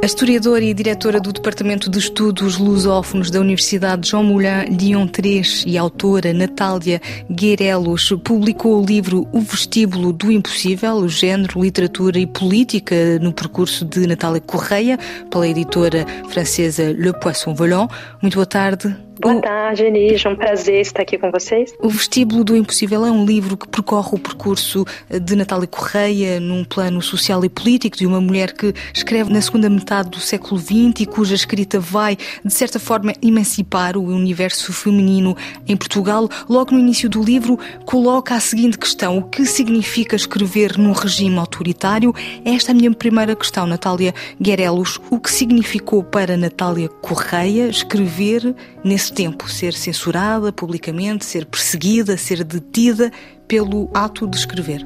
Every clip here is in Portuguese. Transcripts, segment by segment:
A historiadora e diretora do Departamento de Estudos Lusófonos da Universidade Jean Moulin Lyon 3 e autora Natália Gueirelos publicou o livro O Vestíbulo do Impossível, o género, literatura e política no percurso de Natália Correia, pela editora francesa Le Poisson Volant. Muito boa tarde. Boa tarde, Elis. Um prazer estar aqui com vocês. O Vestíbulo do Impossível é um livro que percorre o percurso de Natália Correia num plano social e político, de uma mulher que escreve na segunda metade do século XX e cuja escrita vai, de certa forma, emancipar o universo feminino em Portugal. Logo no início do livro, coloca a seguinte questão: o que significa escrever num regime autoritário? Esta é a minha primeira questão, Natália Gueirelos. O que significou para Natália Correia escrever nesse tempo, ser censurada publicamente, ser perseguida, ser detida pelo ato de escrever?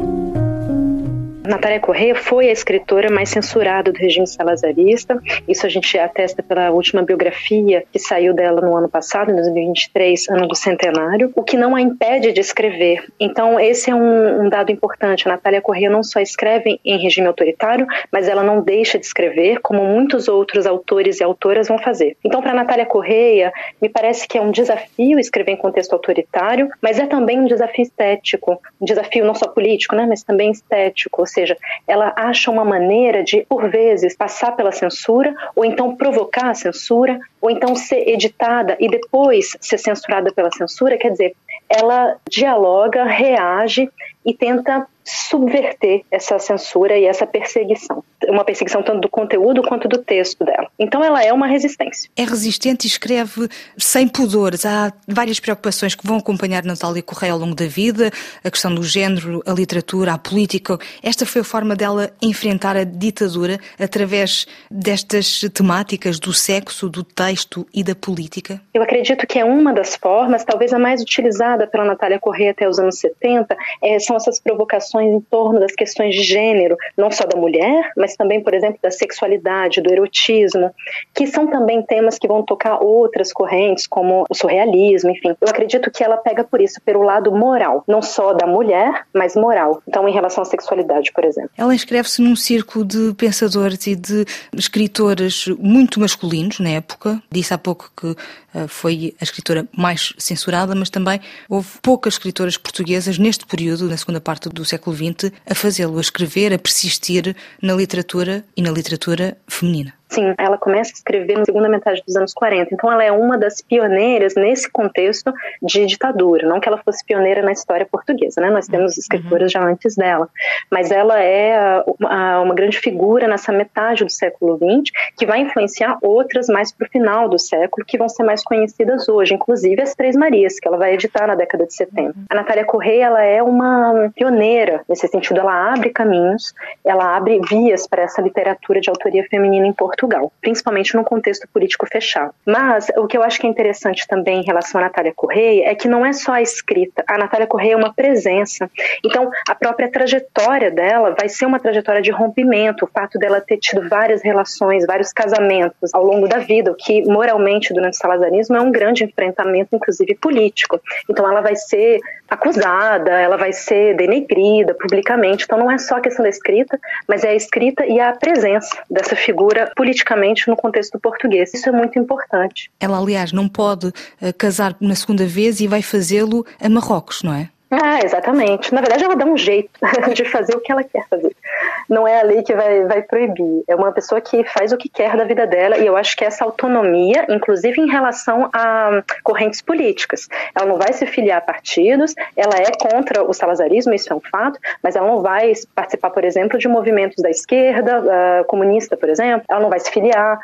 Natália Correia foi a escritora mais censurada do regime salazarista. Isso a gente atesta pela última biografia que saiu dela no ano passado, em 2023, ano do centenário, o que não a impede de escrever. Então esse é um dado importante. A Natália Correia não só escreve em regime autoritário, mas ela não deixa de escrever, como muitos outros autores e autoras vão fazer. Então, para Natália Correia, me parece que é um desafio escrever em contexto autoritário, mas é também um desafio estético, um desafio não só político, mas também estético. Ou seja, ela acha uma maneira de, por vezes, passar pela censura, ou então provocar a censura, ou então ser editada e depois ser censurada pela censura. Quer dizer, ela dialoga, reage e tenta subverter essa censura e essa perseguição. Uma perseguição tanto do conteúdo quanto do texto dela. Então ela é uma resistência. É resistente e escreve sem pudores. Há várias preocupações que vão acompanhar Natália Correia ao longo da vida, a questão do género, a literatura, a política. Esta foi a forma dela enfrentar a ditadura através destas temáticas do sexo, do texto e da política? Eu acredito que é uma das formas, talvez a mais utilizada pela Natália Correia até os anos 70, são essas provocações em torno das questões de gênero, não só da mulher, mas também, por exemplo, da sexualidade, do erotismo, que são também temas que vão tocar outras correntes, como o surrealismo, enfim. Eu acredito que ela pega por isso, pelo lado moral, não só da mulher, mas moral. Então, em relação à sexualidade, por exemplo. Ela inscreve-se num círculo de pensadores e de escritores muito masculinos na época. Disse há pouco que foi a escritora mais censurada, mas também houve poucas escritoras portuguesas neste período, na segunda parte do século XX, a fazê-lo, a escrever, a persistir na literatura e na literatura feminina. Sim, ela começa a escrever na segunda metade dos anos 40, então ela é uma das pioneiras nesse contexto de ditadura, não que ela fosse pioneira na história portuguesa, Nós temos escritoras já antes dela, mas ela é uma grande figura nessa metade do século XX, que vai influenciar outras mais para o final do século, que vão ser mais conhecidas hoje, inclusive as Três Marias, que ela vai editar na década de 70. A Natália Correia, ela é uma pioneira nesse sentido, ela abre caminhos, ela abre vias para essa literatura de autoria feminina em Portugal, principalmente num contexto político fechado. Mas o que eu acho que é interessante também em relação à Natália Correia é que não é só a escrita. A Natália Correia é uma presença. Então, a própria trajetória dela vai ser uma trajetória de rompimento, o fato dela ter tido várias relações, vários casamentos ao longo da vida, o que moralmente durante o salazarismo é um grande enfrentamento, inclusive político. Então, ela vai ser acusada, ela vai ser denegrida publicamente. Então, não é só a questão da escrita, mas é a escrita e a presença dessa figura politicamente no contexto português. Isso é muito importante. Ela, aliás, não pode casar na segunda vez e vai fazê-lo a Marrocos, não é? Exatamente. Na verdade, ela dá um jeito de fazer o que ela quer fazer. Não é a lei que vai proibir. É uma pessoa que faz o que quer da vida dela, e eu acho que essa autonomia, inclusive em relação a correntes políticas. Ela não vai se filiar a partidos, ela é contra o salazarismo, isso é um fato, mas ela não vai participar, por exemplo, de movimentos da esquerda, comunista, por exemplo. Ela não vai se filiar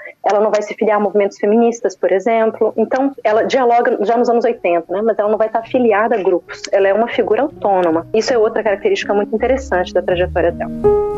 a movimentos feministas, por exemplo. Então, ela dialoga já nos anos 80, mas ela não vai estar afiliada a grupos. Ela é uma figura autônoma. Isso é outra característica muito interessante da trajetória dela.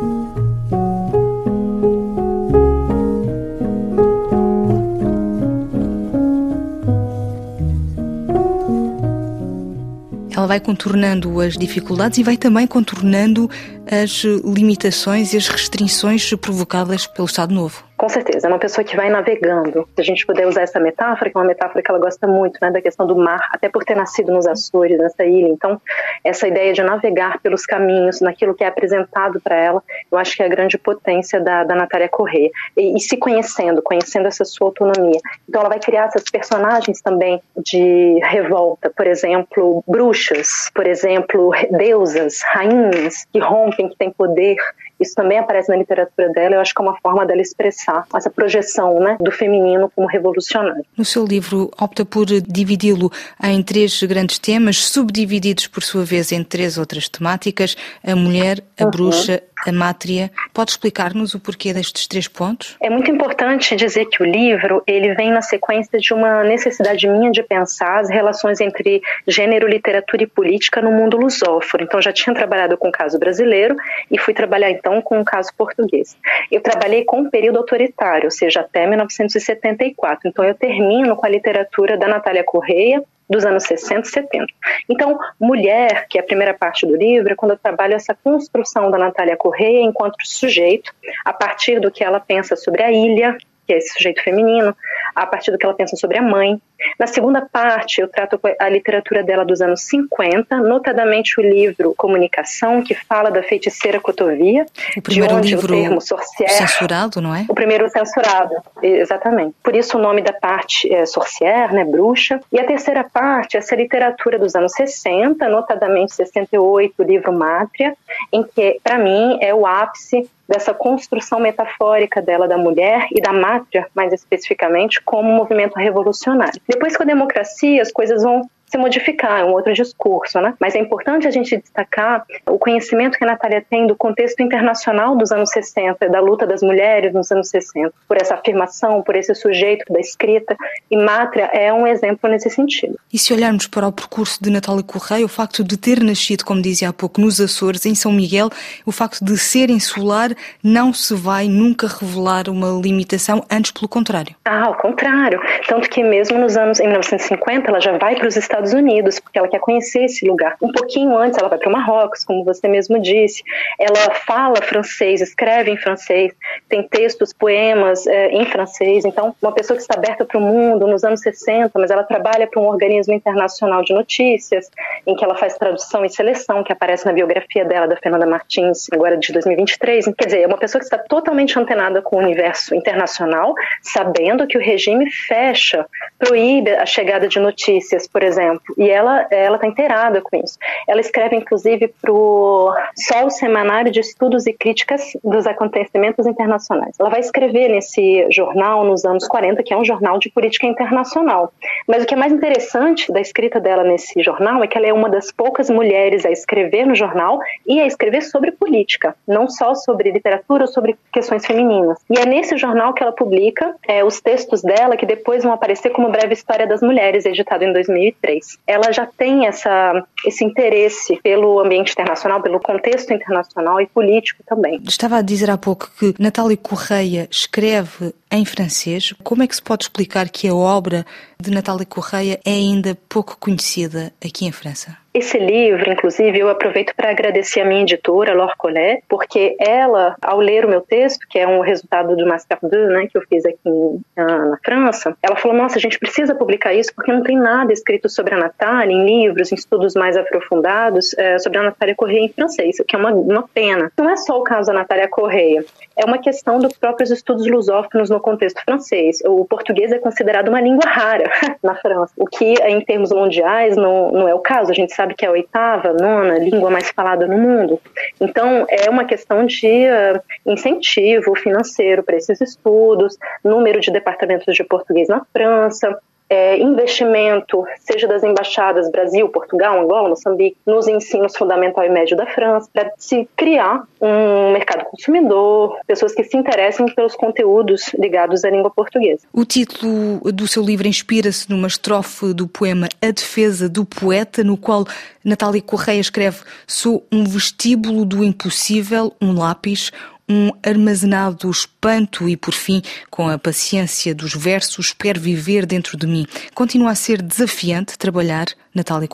Ela vai contornando as dificuldades e vai também contornando as limitações e as restrições provocadas pelo Estado Novo. Com certeza, é uma pessoa que vai navegando. Se a gente puder usar essa metáfora, que é uma metáfora que ela gosta muito, né, da questão do mar, até por ter nascido nos Açores, nessa ilha. Então, essa ideia de navegar pelos caminhos, naquilo que é apresentado para ela, eu acho que é a grande potência da Natália Correia. E se conhecendo essa sua autonomia. Então, ela vai criar essas personagens também de revolta, por exemplo, bruxas, por exemplo, deusas, rainhas, que rompem, que têm poder. Isso também aparece na literatura dela, eu acho que é uma forma dela expressar essa projeção, né, do feminino como revolucionário. No seu livro, opta por dividi-lo em 3 grandes temas, subdivididos, por sua vez, em 3 outras temáticas: a mulher, a bruxa, a mátria. Pode explicar-nos o porquê destes 3 pontos? É muito importante dizer que o livro ele vem na sequência de uma necessidade minha de pensar as relações entre gênero, literatura e política no mundo lusófono. Então, já tinha trabalhado com o caso brasileiro e fui trabalhar, então, com o caso português. Eu trabalhei com um período autoritário, ou seja, até 1974. Então, eu termino com a literatura da Natália Correia, dos anos 60 e 70. Então, Mulher, que é a primeira parte do livro, é quando eu trabalho essa construção da Natália Correia enquanto sujeito, a partir do que ela pensa sobre a ilha, que é esse sujeito feminino, a partir do que ela pensa sobre a mãe. Na segunda parte, eu trato a literatura dela dos anos 50, notadamente o livro Comunicação, que fala da feiticeira Cotovia, o primeiro de onde livro o termo sorcière, censurado, não é? O primeiro censurado, exatamente. Por isso o nome da parte é sorcière, né, bruxa. E a terceira parte, essa literatura dos anos 60, notadamente 68, o livro Mátria, em que, para mim, é o ápice dessa construção metafórica dela da mulher e da mátria, mais especificamente, como um movimento revolucionário. Depois, com a democracia, as coisas vão se modificar, é um outro discurso, né? Mas é importante a gente destacar o conhecimento que a Natália tem do contexto internacional dos anos 60, da luta das mulheres nos anos 60, por essa afirmação, por esse sujeito da escrita, e Mátria é um exemplo nesse sentido. E se olharmos para o percurso de Natália Correia, o facto de ter nascido, como dizia há pouco, nos Açores, em São Miguel, o facto de ser insular não se vai nunca revelar uma limitação, antes pelo contrário. Ao contrário. Tanto que mesmo em 1950, ela já vai para os Estados Unidos, porque ela quer conhecer esse lugar. Um pouquinho antes, ela vai para o Marrocos, como você mesmo disse. Ela fala francês, escreve em francês, tem textos, poemas em francês. Então, uma pessoa que está aberta para o mundo nos anos 60, mas ela trabalha para um organismo internacional de notícias, em que ela faz tradução e seleção, que aparece na biografia dela, da Fernanda Martins, agora de 2023. Quer dizer, é uma pessoa que está totalmente antenada com o universo internacional, sabendo que o regime fecha, proíbe a chegada de notícias, por exemplo. E ela está inteirada com isso. Ela escreve, inclusive, para o Sol Semanário de Estudos e Críticas dos Acontecimentos Internacionais. Ela vai escrever nesse jornal nos anos 40, que é um jornal de política internacional. Mas o que é mais interessante da escrita dela nesse jornal é que ela é uma das poucas mulheres a escrever no jornal e a escrever sobre política, não só sobre literatura ou sobre questões femininas. E é nesse jornal que ela publica os textos dela, que depois vão aparecer como Breve História das Mulheres, editado em 2003. Ela já tem esse interesse pelo ambiente internacional, pelo contexto internacional e político também. Estava a dizer há pouco que Natália Correia escreve em francês. Como é que se pode explicar que a obra de Natália Correia é ainda pouco conhecida aqui em França? Esse livro, inclusive, eu aproveito para agradecer a minha editora, Laure Collet, porque ela, ao ler o meu texto, que é um resultado do Master 2, né, que eu fiz aqui na França, ela falou, nossa, a gente precisa publicar isso porque não tem nada escrito sobre a Natália em livros, em estudos mais aprofundados sobre a Natália Correia em francês, o que é uma pena. Não é só o caso da Natália Correia, é uma questão dos próprios estudos lusófonos no contexto francês. O português é considerado uma língua rara na França, o que em termos mundiais não é o caso. A gente sabe que é a 8ª, 9ª língua mais falada no mundo. Então, é uma questão de incentivo financeiro para esses estudos, número de departamentos de português na França, investimento, seja das embaixadas Brasil, Portugal, Angola, Moçambique, nos ensinos fundamental e médio da França, para se criar um mercado consumidor, pessoas que se interessem pelos conteúdos ligados à língua portuguesa. O título do seu livro inspira-se numa estrofe do poema A Defesa do Poeta, no qual Natália Correia escreve: sou um vestíbulo do impossível, um lápis, um armazenado espanto e, por fim, com a paciência dos versos, espero viver dentro de mim. Continua a ser desafiante trabalhar Natália Correia?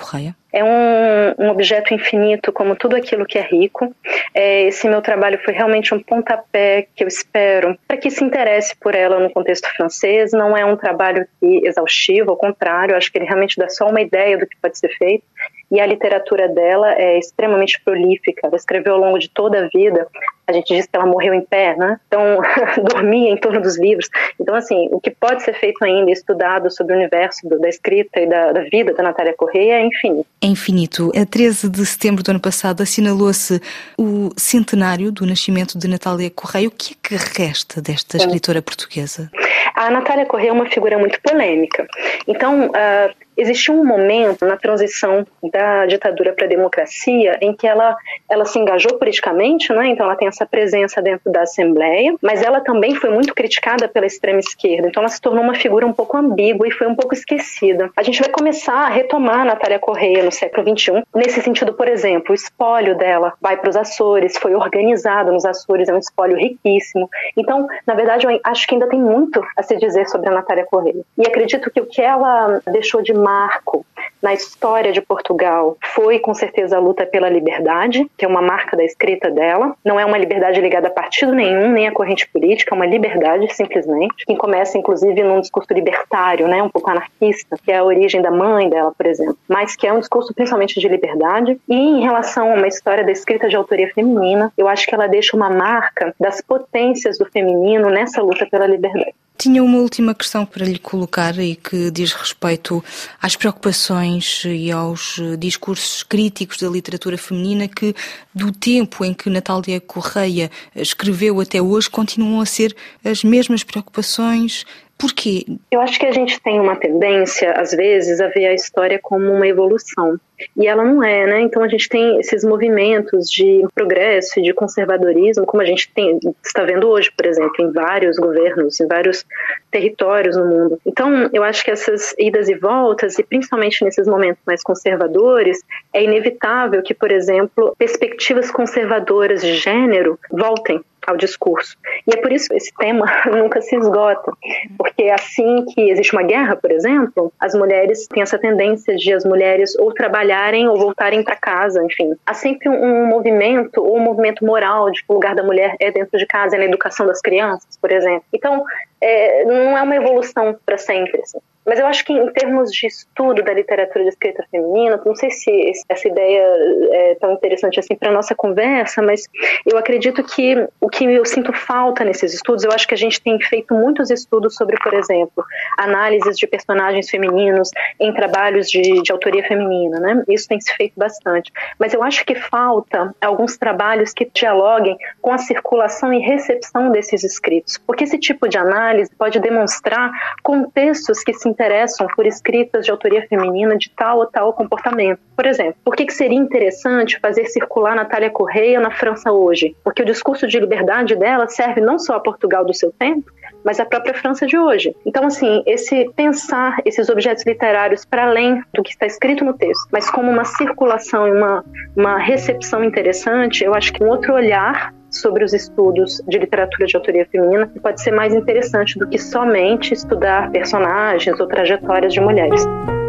É um objeto infinito, como tudo aquilo que é rico. Esse meu trabalho foi realmente um pontapé que eu espero para que se interesse por ela no contexto francês. Não é um trabalho exaustivo, ao contrário, acho que ele realmente dá só uma ideia do que pode ser feito. E a literatura dela é extremamente prolífica. Ela escreveu ao longo de toda a vida. A gente diz que ela morreu em pé, né? Então, dormia em torno dos livros. Então, assim, o que pode ser feito ainda, estudado sobre o universo da escrita e da vida da Natália Correia é infinito. É infinito. A 13 de setembro do ano passado assinalou-se o centenário do nascimento de Natália Correia. O que é que resta desta escritora portuguesa? A Natália Correia é uma figura muito polêmica. Então, existiu um momento na transição da ditadura para a democracia em que ela se engajou politicamente, né? Então ela tem essa presença dentro da Assembleia, mas ela também foi muito criticada pela extrema esquerda, então ela se tornou uma figura um pouco ambígua e foi um pouco esquecida. A gente vai começar a retomar a Natália Correia no século XXI, nesse sentido, por exemplo, o espólio dela vai para os Açores, foi organizado nos Açores, é um espólio riquíssimo. Então, na verdade, eu acho que ainda tem muito a se dizer sobre a Natália Correia. E acredito que o que ela deixou de marco na história de Portugal foi, com certeza, a luta pela liberdade, que é uma marca da escrita dela. Não é uma liberdade ligada a partido nenhum, nem a corrente política, é uma liberdade, simplesmente, que começa, inclusive, num discurso libertário, né, um pouco anarquista, que é a origem da mãe dela, por exemplo, mas que é um discurso principalmente de liberdade. E em relação a uma história da escrita de autoria feminina, eu acho que ela deixa uma marca das potências do feminino nessa luta pela liberdade. Tinha uma última questão para lhe colocar e que diz respeito às preocupações e aos discursos críticos da literatura feminina que, do tempo em que Natália Correia escreveu até hoje, continuam a ser as mesmas preocupações. Porquê? Eu acho que a gente tem uma tendência, às vezes, a ver a história como uma evolução. E ela não é, né? Então a gente tem esses movimentos de progresso e de conservadorismo, como a gente está vendo hoje, por exemplo, em vários governos, em vários territórios no mundo. Então eu acho que essas idas e voltas, e principalmente nesses momentos mais conservadores, é inevitável que, por exemplo, perspectivas conservadoras de gênero voltem ao discurso. E é por isso que esse tema nunca se esgota, porque assim que existe uma guerra, por exemplo, as mulheres têm essa tendência de as mulheres ou trabalharem ou voltarem para casa, enfim. Há sempre um movimento, ou um movimento moral de que o lugar da mulher é dentro de casa, é na educação das crianças, por exemplo. Então, não é uma evolução para sempre, assim. Mas eu acho que em termos de estudo da literatura de escrita feminina, não sei se essa ideia é tão interessante assim para a nossa conversa, mas eu acredito que o que eu sinto falta nesses estudos, eu acho que a gente tem feito muitos estudos sobre, por exemplo, análises de personagens femininos em trabalhos de autoria feminina, né? Isso tem se feito bastante. Mas eu acho que falta alguns trabalhos que dialoguem com a circulação e recepção desses escritos, porque esse tipo de análise pode demonstrar contextos que se interessam por escritas de autoria feminina de tal ou tal comportamento. Por exemplo, por que seria interessante fazer circular Natália Correia na França hoje? Porque o discurso de liberdade dela serve não só a Portugal do seu tempo, mas a própria França de hoje. Então, assim, pensar esses objetos literários para além do que está escrito no texto, mas como uma circulação e uma recepção interessante, eu acho que um outro olhar sobre os estudos de literatura de autoria feminina pode ser mais interessante do que somente estudar personagens ou trajetórias de mulheres.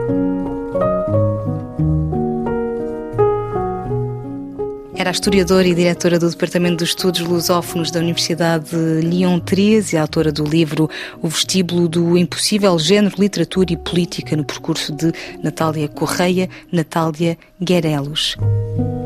Era a historiadora e diretora do Departamento de Estudos Lusófonos da Universidade de Lyon 13 e a autora do livro O Vestíbulo do Impossível, Género, Literatura e Política no percurso de Natália Correia, Natália Guerelos.